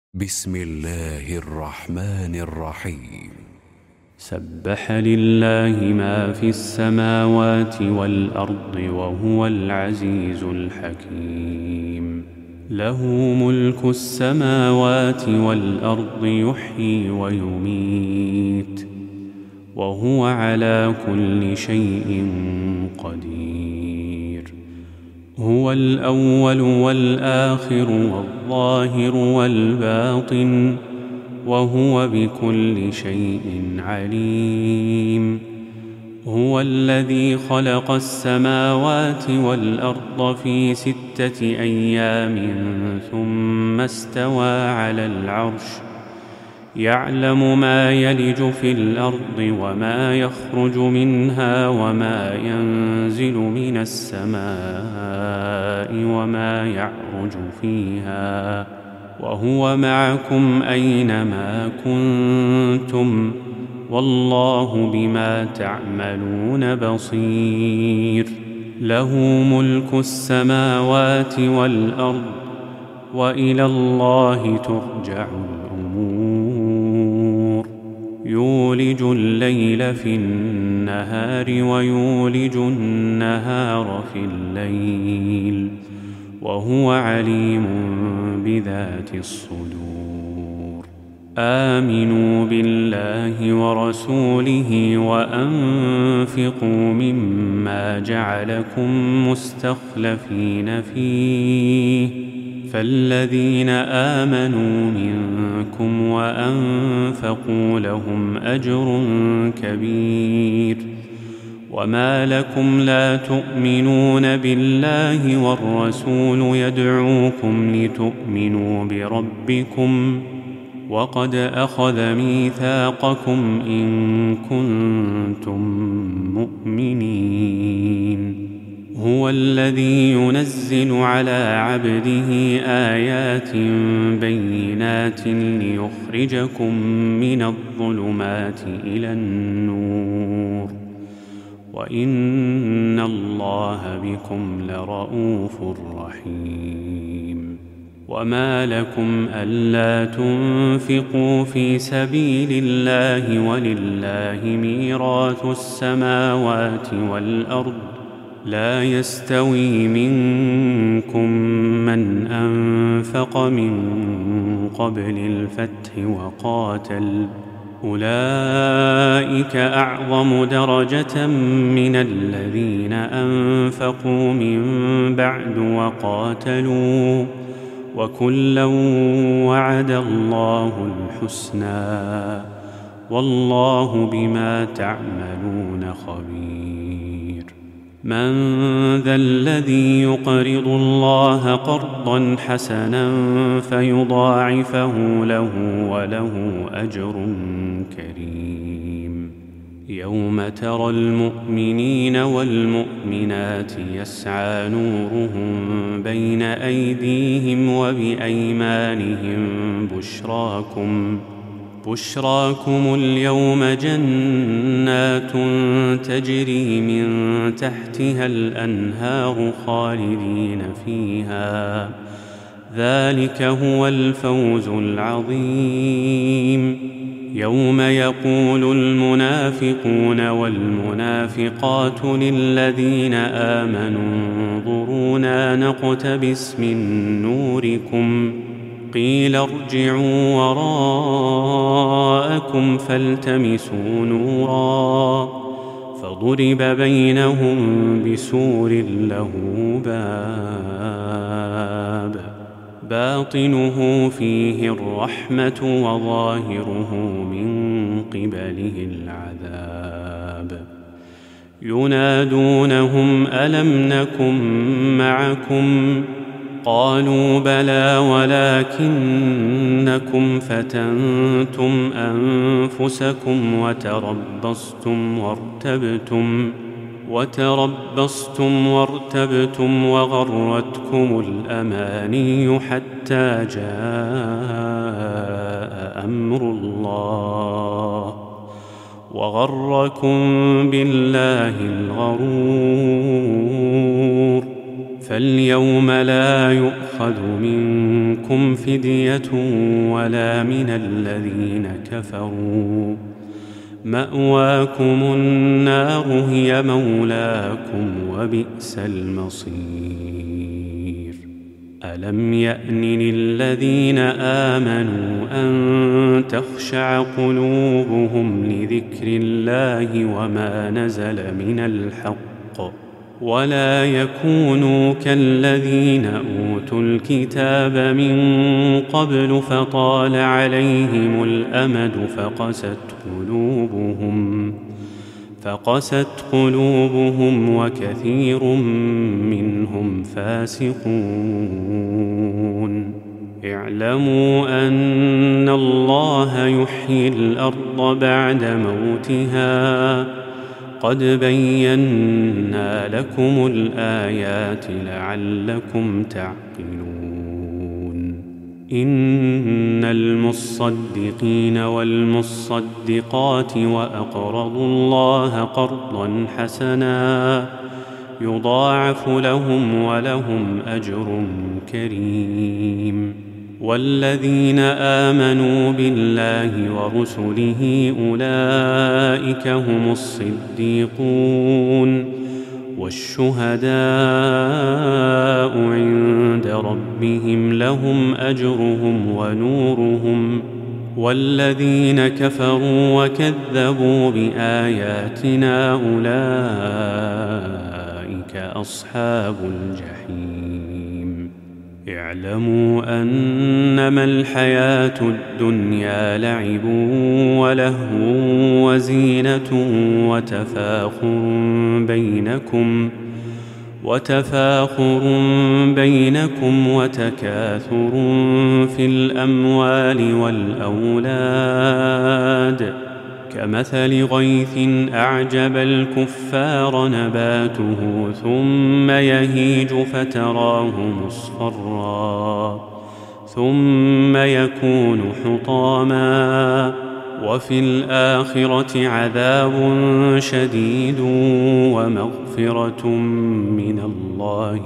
بسم الله الرحمن الرحيم. سبح لله ما في السماوات والأرض وهو العزيز الحكيم. له ملك السماوات والأرض يحيي ويميت وهو على كل شيء قدير. هو الأول والآخر والظاهر والباطن وهو بكل شيء عليم. هو الذي خلق السماوات والأرض في 6 أيام ثم استوى على العرش يعلم ما يلج في الأرض وما يخرج منها وما ينزل من السماء وما يعرج فيها وهو معكم أينما كنتم والله بما تعملون بصير. له ملك السماوات والأرض وإلى الله ترجع الأمور. يولج الليل في النهار ويولج النهار في الليل وهو عليم بذات الصدور. آمنوا بالله ورسوله وأنفقوا مما جعلكم مستخلفين فيه فالذين آمنوا منكم وأنفقوا لهم أجر كبير. وما لكم لا تؤمنون بالله والرسول يدعوكم لتؤمنوا بربكم وقد أخذ ميثاقكم إن كنتم مؤمنين. هو الذي ينزل على عبده آيات بينات ليخرجكم من الظلمات إلى النور وإن الله بكم لرءوف رحيم. وما لكم ألا تنفقوا في سبيل الله ولله ميراث السماوات والأرض لا يستوي منكم من أنفق من قبل الفتح وقاتل أولئك أعظم درجة من الذين أنفقوا من بعد وقاتلوا وكلا وعد الله الحسنى والله بما تعملون خبير. من ذا الذي يقرض الله قرضا حسنا فيضاعفه له وله أجر كريم. يوم ترى المؤمنين والمؤمنات يسعى نورهم بين أيديهم وبأيمانهم بشراكم اليوم جنات تجري من تحتها الأنهار خالدين فيها ذلك هو الفوز العظيم. يوم يقول المنافقون والمنافقات للذين آمنوا انظرونا نقتبس من نوركم قيل ارجعوا وراءكم فالتمسوا نورا فضرب بينهم بسور له باب باطنه فيه الرحمة وظاهره من قبله العذاب. ينادونهم ألم نكن معكم قالوا بلى ولكنكم فتنتم أنفسكم وتربصتم وارتبتم وغرتكم الأماني حتى جاء أمر الله وغركم بالله الغرور فاليوم لا يؤخذ منكم فدية ولا من الذين كفروا، مأواكم النار هي مولاكم وبئس المصير. ألم يأن للذين آمنوا أن تخشع قلوبهم لذكر الله وما نزل من الحق، ولا يكونوا كالذين أوتوا الكتاب من قبل فطال عليهم الأمد فقست قلوبهم وكثير منهم فاسقون. اعلموا أن الله يحيي الأرض بعد موتها، قد بينا لكم الآيات لعلكم تعقلون. إن المصدقين والمصدقات وأقرضوا الله قرضا حسنا يضاعف لهم ولهم أجر كريم. والذين آمنوا بالله ورسله أولئك هم الصديقون والشهداء عند ربهم لهم أجرهم ونورهم. والذين كفروا وكذبوا بآياتنا أولئك أصحاب الجحيم. اعلموا أنما الحياة الدنيا لعب ولهو وزينة وتفاخر بينكم وتكاثر في الأموال والأولاد، كمثل غيث أعجب الكفار نباته ثم يهيج فتراه مصفرا ثم يكون حطاما، وفي الآخرة عذاب شديد ومغفرة من الله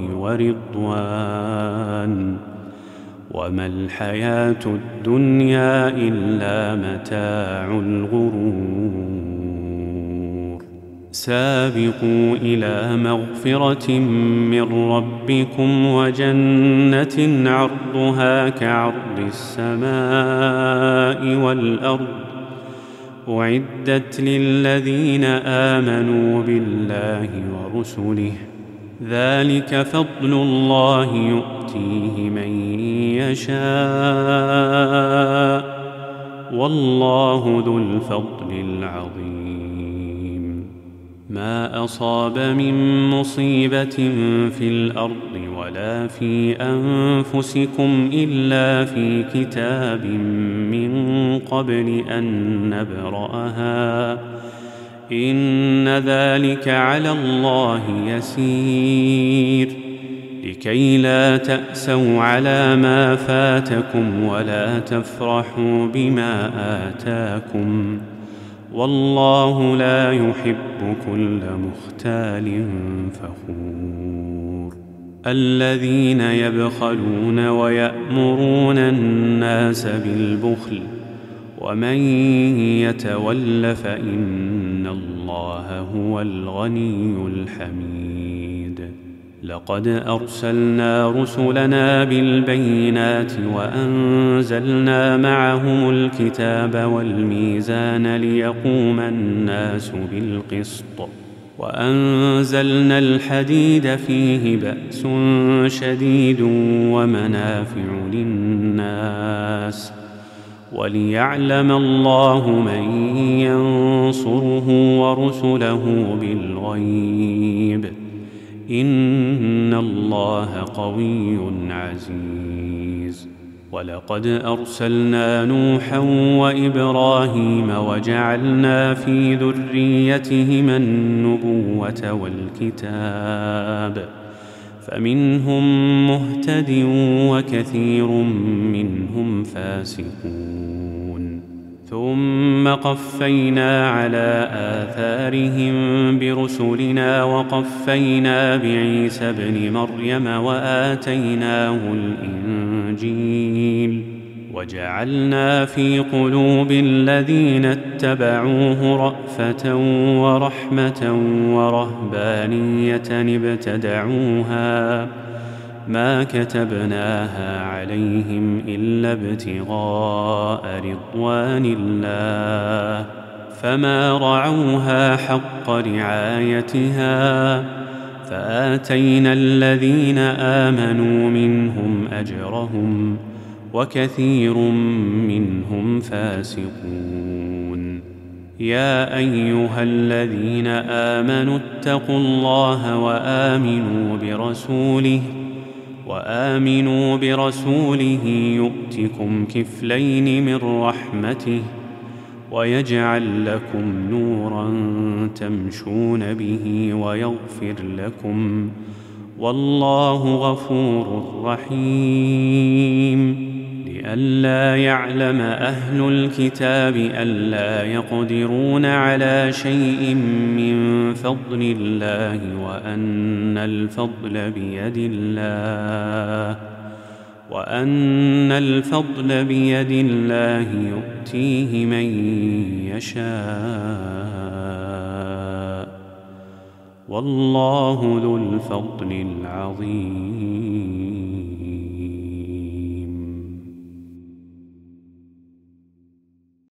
ورضوان، وما الحياة الدنيا إلا متاع الغرور. سابقوا إلى مغفرة من ربكم وجنة عرضها كعرض السماء والأرض أعدت للذين آمنوا بالله ورسله، ذلك فضل الله يؤتيه من يشاء والله ذو الفضل العظيم. ما أصاب من مصيبة في الأرض ولا في أنفسكم إلا في كتاب من قبل أن نبرأها، إن ذلك على الله يسير، لكي لا تأسوا على ما فاتكم ولا تفرحوا بما آتاكم، والله لا يحب كل مختال فخور. الذين يبخلون ويأمرون الناس بالبخل ومن يتول فإن الله هو الغني الحميد. لقد أرسلنا رسلنا بالبينات وأنزلنا معهم الكتاب والميزان ليقوم الناس بالقسط، وأنزلنا الحديد فيه بأس شديد ومنافع للناس، وليعلم الله من ينصره ورسله بالغيب، إن الله قوي عزيز. ولقد أرسلنا نوحا وإبراهيم وجعلنا في ذريتهما النبوة والكتاب، فمنهم مهتد وكثير منهم فاسقون. ثم قفينا على آثارهم برسلنا وقفينا بعيسى ابن مريم وآتيناه الإنجيل وجعلنا في قلوب الذين اتبعوه رأفة ورحمة ورهبانية ابتدعوها ما كتبناها عليهم إلا ابتغاء رضوان الله فما رعوها حق رعايتها فآتينا الذين آمنوا منهم أجرهم وكثير منهم فاسقون يا أيها الذين آمنوا اتقوا الله وآمنوا برسوله يؤتكم كفلين من رحمته ويجعل لكم نورا تمشون به ويغفر لكم والله غفور رحيم لئلا يعلم أهل الكتاب ألا يقدرون على شيء من فضل الله وأن الفضل بيد الله يؤتيه من يشاء والله ذو الفضل العظيم